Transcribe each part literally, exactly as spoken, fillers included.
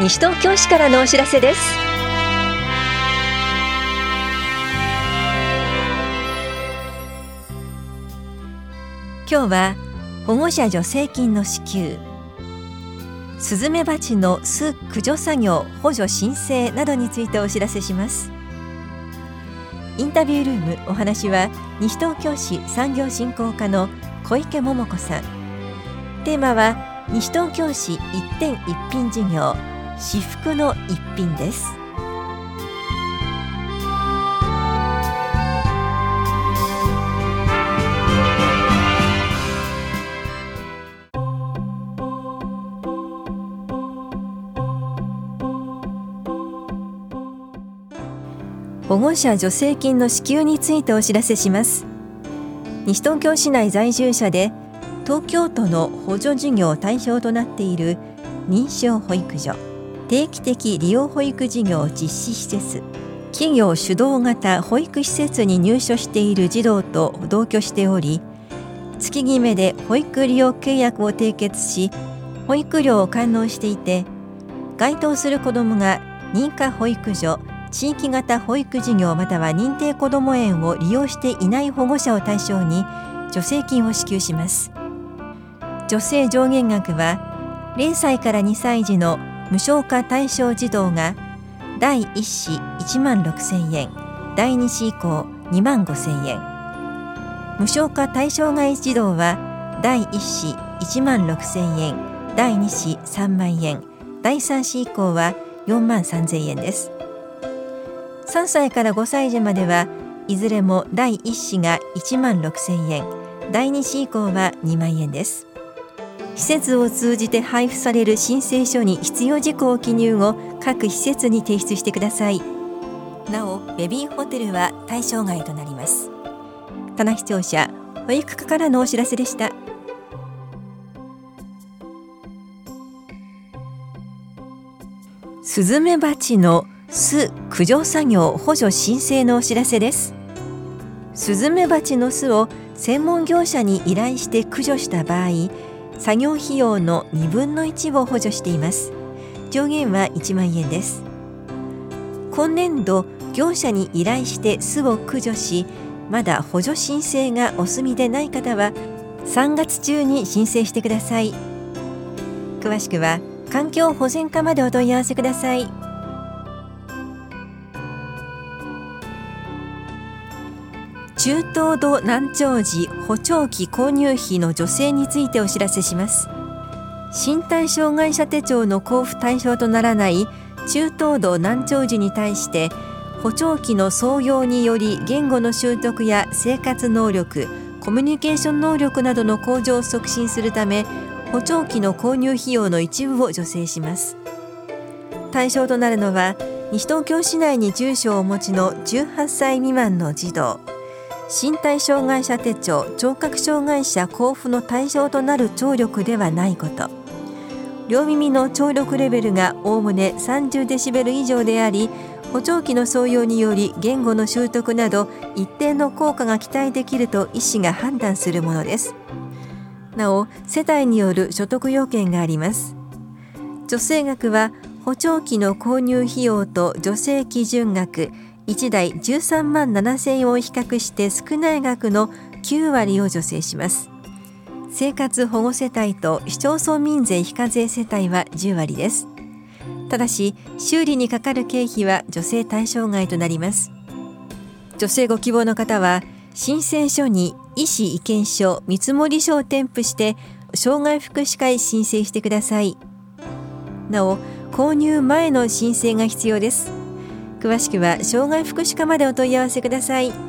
西東京市からのお知らせです。今日は保護者助成金の支給、スズメバチの巣駆除作業補助申請などについてお知らせします。インタビュールーム、お話は西東京市産業振興課の小池桃子さん。テーマは西東京市一点一品事業、至福の一品です。保護者助成金の支給についてお知らせします。西東京市内在住者で東京都の補助事業対象となっている認証保育所、定期的利用保育事業実施施設、企業主導型保育施設に入所している児童と同居しており、月決めで保育利用契約を締結し、保育料を完納していて、該当する子どもが認可保育所、地域型保育事業または認定こども園を利用していない保護者を対象に助成金を支給します。助成上限額はゼロさいからにさい児の無償化対象児童がだいいっ子いちまんろくせんえん、だいに子以降にまんごせんえん、無償化対象外児童はだいいっ子いちまんろくせんえん、だいに子さんまんえん、だいさん子以降はよんまんさんぜんえんです。さんさいからごさい児まではいずれもだいいっ子がいちまんろくせんえん、だいに子以降はにまんえんです。施設を通じて配布される申請書に必要事項記入後、各施設に提出してください。なお、ベビーホテルは対象外となります。棚視聴者、保育課からのお知らせでした。スズメバチの巣駆除作業補助申請のお知らせです。スズメバチの巣を専門業者に依頼して駆除した場合、作業費用のにぶんのいちを補助しています。上限はいちまんえんです。今年度業者に依頼して巣を駆除し、まだ補助申請がお済みでない方はさんがつ中に申請してください。詳しくは環境保全課までお問い合わせください。中等度難聴児補聴器購入費の助成についてお知らせします。身体障害者手帳の交付対象とならない中等度難聴児に対して、補聴器の装用により言語の習得や生活能力、コミュニケーション能力などの向上を促進するため、補聴器の購入費用の一部を助成します。対象となるのは、西東京市内に住所をお持ちのじゅうはっさい未満の児童、身体障害者手帳、聴覚障害者交付の対象となる聴力ではないこと、両耳の聴力レベルがおおむねさんじゅうデシベル以上であり、補聴器の装用により言語の習得など一定の効果が期待できると医師が判断するものです。なお、世帯による所得要件があります。助成額は補聴器の購入費用と助成基準額いちだいじゅうさんまんななせんえんを比較して少ない額のきゅうわりを助成します。生活保護世帯と市町村民税非課税世帯はじゅうわりです。ただし修理にかかる経費は助成対象外となります。助成ご希望の方は申請書に医師意見書、見積書を添付して障害福祉課へ申請してください。なお、購入前の申請が必要です。詳しくは障害福祉課までお問い合わせください。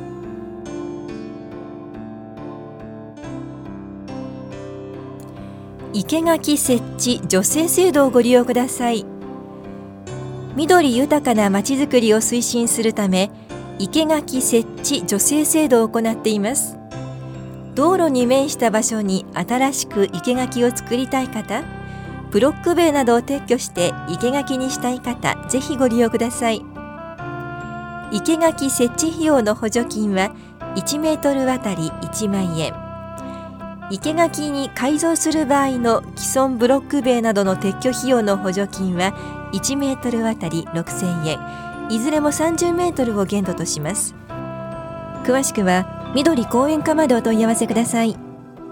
生垣設置助成制度をご利用ください。緑豊かなまちづくりを推進するため、生垣設置助成制度を行っています。道路に面した場所に新しく生垣を作りたい方、ブロック塀などを撤去して生垣にしたい方、ぜひご利用ください。生垣設置費用の補助金はいちメートルあたりいちまんえん。生垣に改造する場合の既存ブロック塀などの撤去費用の補助金はいちメートルあたりろくせんえん、いずれもさんじゅうメートルを限度とします。詳しくは緑公園課までお問い合わせください。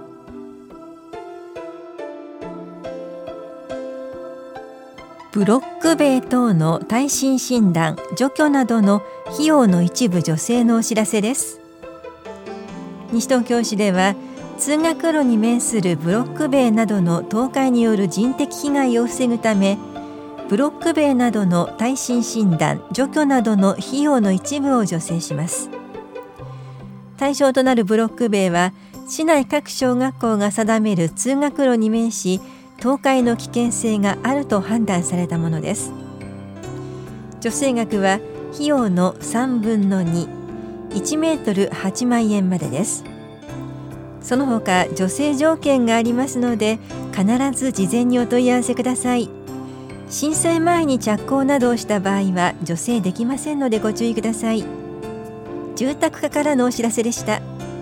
ブロック塀等の耐震診断、除去などの費用の一部助成のお知らせです。西東京市では通学路に面するブロック塀などの倒壊による人的被害を防ぐため、ブロック塀などの耐震診断、除去などの費用の一部を助成します。対象となるブロック塀は市内各小学校が定める通学路に面し、倒壊の危険性があると判断されたものです。助成額は費用のさんぶんのに、いちメートルはちまんえんまでです。その他助成条件がありますので、必ず事前にお問い合わせください。震災前に着工などをした場合は助成できませんのでご注意ください。住宅課からのお知らせでした。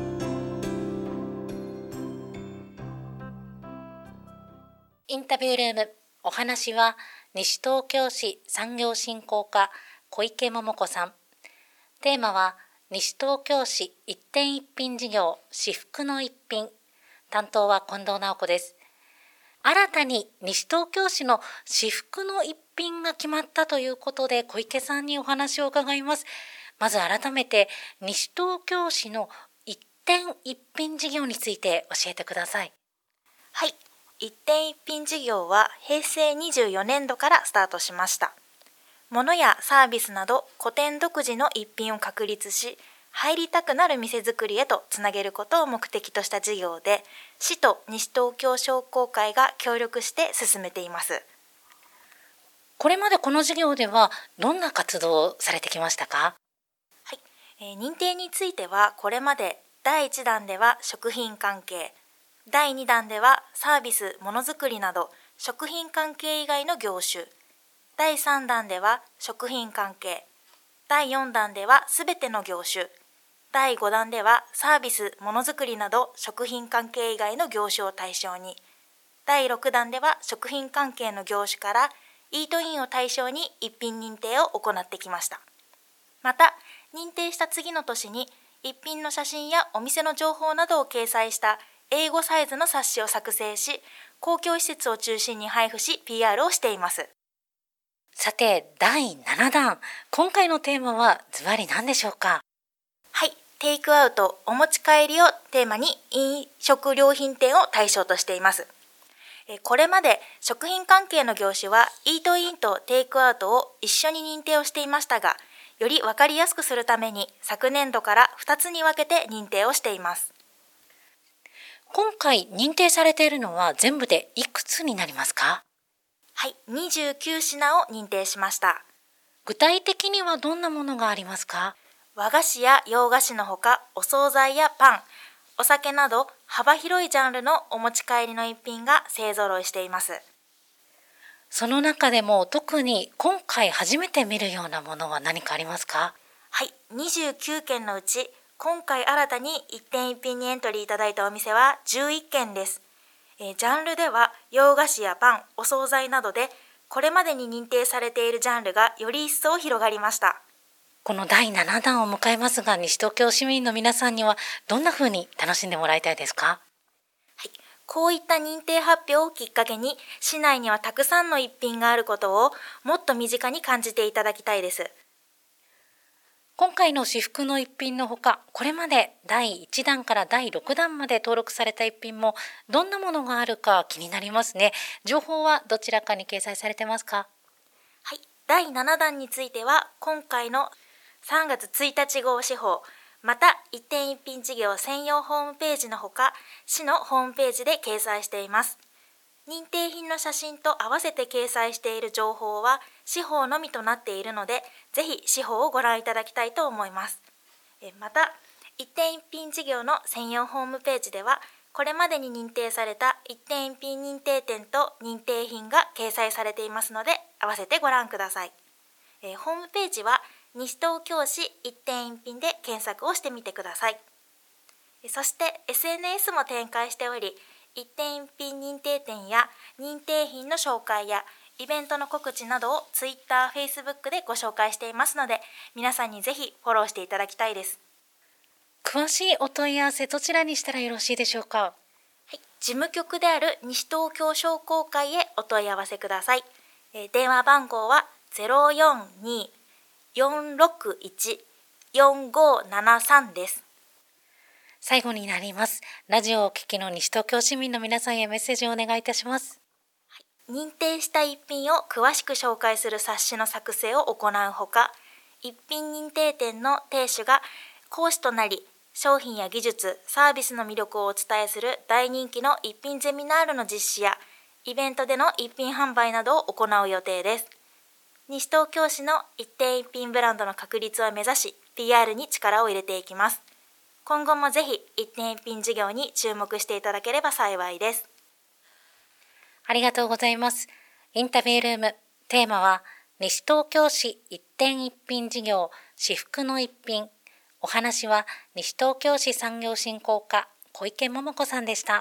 インタビュールーム、お話は西東京市産業振興課小池桃子さん。テーマは西東京市一点一品事業至福の一品。担当は近藤直子です。新たに西東京市の至福の一品が決まったということで、小池さんにお話を伺います。まず改めて西東京市の一点一品事業について教えてください。 はい、一点一品事業はへいせいにじゅうよねんどからスタートしました。物やサービスなど個店独自の一品を確立し、入りたくなる店作りへとつなげることを目的とした事業で、市と西東京商工会が協力して進めています。 これまでこの事業ではどんな活動をされてきましたか？ はい、えー、認定についてはこれまでだいいちだんでは食品関係、だいにだんではサービス・ものづくりなど食品関係以外の業種、だいさんだんでは食品関係、だいよんだんではすべての業種、だいごだんではサービス・ものづくりなど食品関係以外の業種を対象に、だいろくだんでは食品関係の業種からイートインを対象に一品認定を行ってきました。また、認定した次の年に一品の写真やお店の情報などを掲載した英語サイズの冊子を作成し、公共施設を中心に配布し ピーアール をしています。 さて、だいななだん、今回のテーマはズバリ何でしょうか？ はい、テイクアウト、お持ち帰りをテーマに飲食料品店を対象としています。これまで食品関係の業種はイートインとテイクアウトを一緒に認定をしていましたが、より分かりやすくするために昨年度からふたつに分けて認定をしています。 今回認定されているのは全部でいくつになりますか？ はい、にじゅうきゅうしなを認定しました。 具体的にはどんなものがありますか？ 和菓子や洋菓子のほか、お惣菜やパン、お酒など幅広いジャンルのお持ち帰りの一品が勢ぞろいしています。 その中でも特に今回初めて見るようなものは何かありますか？ はい、にじゅうきゅうけんのうち今回新たに一点一品にエントリーいただいたお店はじゅういっけんです。えー、ジャンルでは洋菓子やパン、お惣菜などでこれまでに認定されているジャンルがより一層広がりました。 このだいななだんを迎えますが、西東京市民の皆さんにはどんな風に楽しんでもらいたいですか？ はい、こういった認定発表をきっかけに市内にはたくさんの一品があることをもっと身近に感じていただきたいです。 今回の至福の一品のほか、これまでだいいちだんからだいろくだんまで登録された一品もどんなものがあるか気になりますね。情報はどちらかに掲載されてますか？ はい、だいななだんについては今回のさんがつついたち号施報、また一点一品事業専用ホームページのほか、市のホームページで掲載しています。認定品の写真と合わせて掲載している情報は市報のみとなっているので、ぜひ市報をご覧いただきたいと思います。また、一点一品事業の専用ホームページでは、これまでに認定された一点一品認定店と認定品が掲載されていますので、合わせてご覧ください。えー、ホームページは西東京市一点一品で検索をしてみてください。そして エスエヌエス も展開しており、一点一品認定店や認定品の紹介やイベントの告知などを Twitter、Facebook でご紹介していますので、皆さんにぜひフォローしていただきたいです。 詳しいお問い合わせどちらにしたらよろしいでしょうか？ はい、事務局である西東京商工会へお問い合わせください。えー、電話番号は ゼロよんにーよんろくいちよんごななさん です。 最後になります。ラジオをお聞きの西東京市民の皆さんへメッセージをお願いいたします。 はい、認定した一品を詳しく紹介する冊子の作成を行うほか、一品認定店の店主が講師となり、商品や技術、サービスの魅力をお伝えする大人気の一品ゼミナールの実施や、イベントでの一品販売などを行う予定です。西東京市の一点一品ブランドの確立を目指し、ピーアール に力を入れていきます。今後もぜひ一点一品事業に注目していただければ幸いです。 ありがとうございます。インタビュールーム、テーマは西東京市一点一品事業至福の一品。お話は西東京市産業振興課小池桃子さんでした。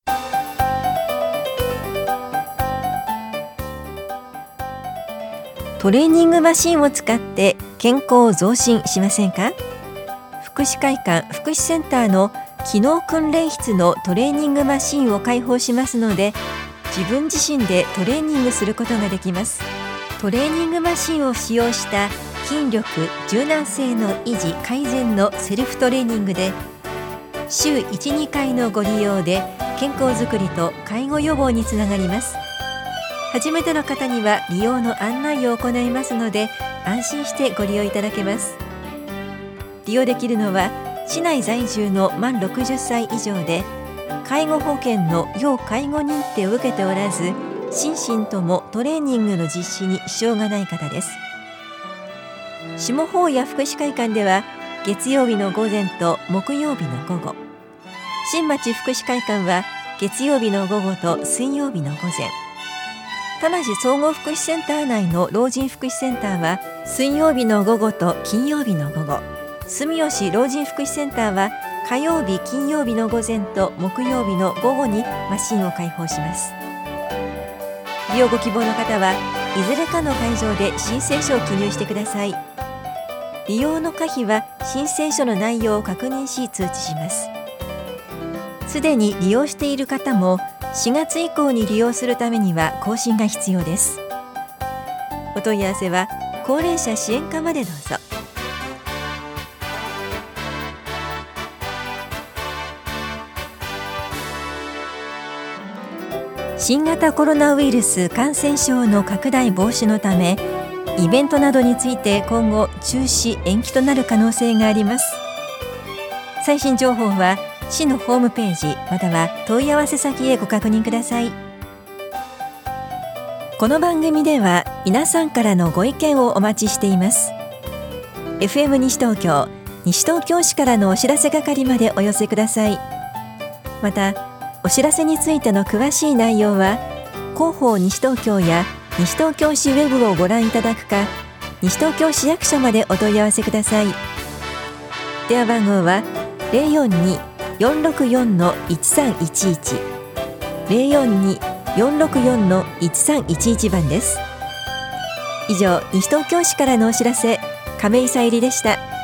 トレーニングマシンを使って健康を増進しませんか？福祉会館福祉センターの機能訓練室のトレーニングマシンを開放しますので、自分自身でトレーニングすることができます。トレーニングマシンを使用した筋力・柔軟性の維持・改善のセルフトレーニングで、週いち、にかいのご利用で健康づくりと介護予防につながります。初めての方には利用の案内を行いますので、安心してご利用いただけます。利用できるのは市内在住の満ろくじゅっさい以上で、介護保険の要介護認定を受けておらず、心身ともトレーニングの実施に支障がない方です。下法や福祉会館では月曜日の午前と木曜日の午後、新町福祉会館は月曜日の午後と水曜日の午前、田無総合福祉センター内の老人福祉センターは水曜日の午後と金曜日の午後、住吉老人福祉センターは火曜日金曜日の午前と木曜日の午後にマシンを開放します。利用ご希望の方はいずれかの会場で申請書を記入してください。利用の可否は申請書の内容を確認し通知します。すでに利用している方もしがつ以降に利用するためには更新が必要です。お問い合わせは高齢者支援課までどうぞ。新型コロナウイルス感染症の拡大防止のため、イベントなどについて今後中止延期となる可能性があります。最新情報は市のホームページまたは問い合わせ先へご確認ください。この番組では皆さんからのご意見をお待ちしています。 エフエム 西東京西東京市からのお知らせ係までお寄せください。またお知らせについての詳しい内容は広報西東京や西東京市ウェブをご覧いただくか、西東京市役所までお問い合わせください。電話番号は ゼロよんにーよんろくよんのいちさんいちいち ゼロよんにーよんろくよんのいちさんいちいち番です。以上、西東京市からのお知らせ、亀井さゆりでした。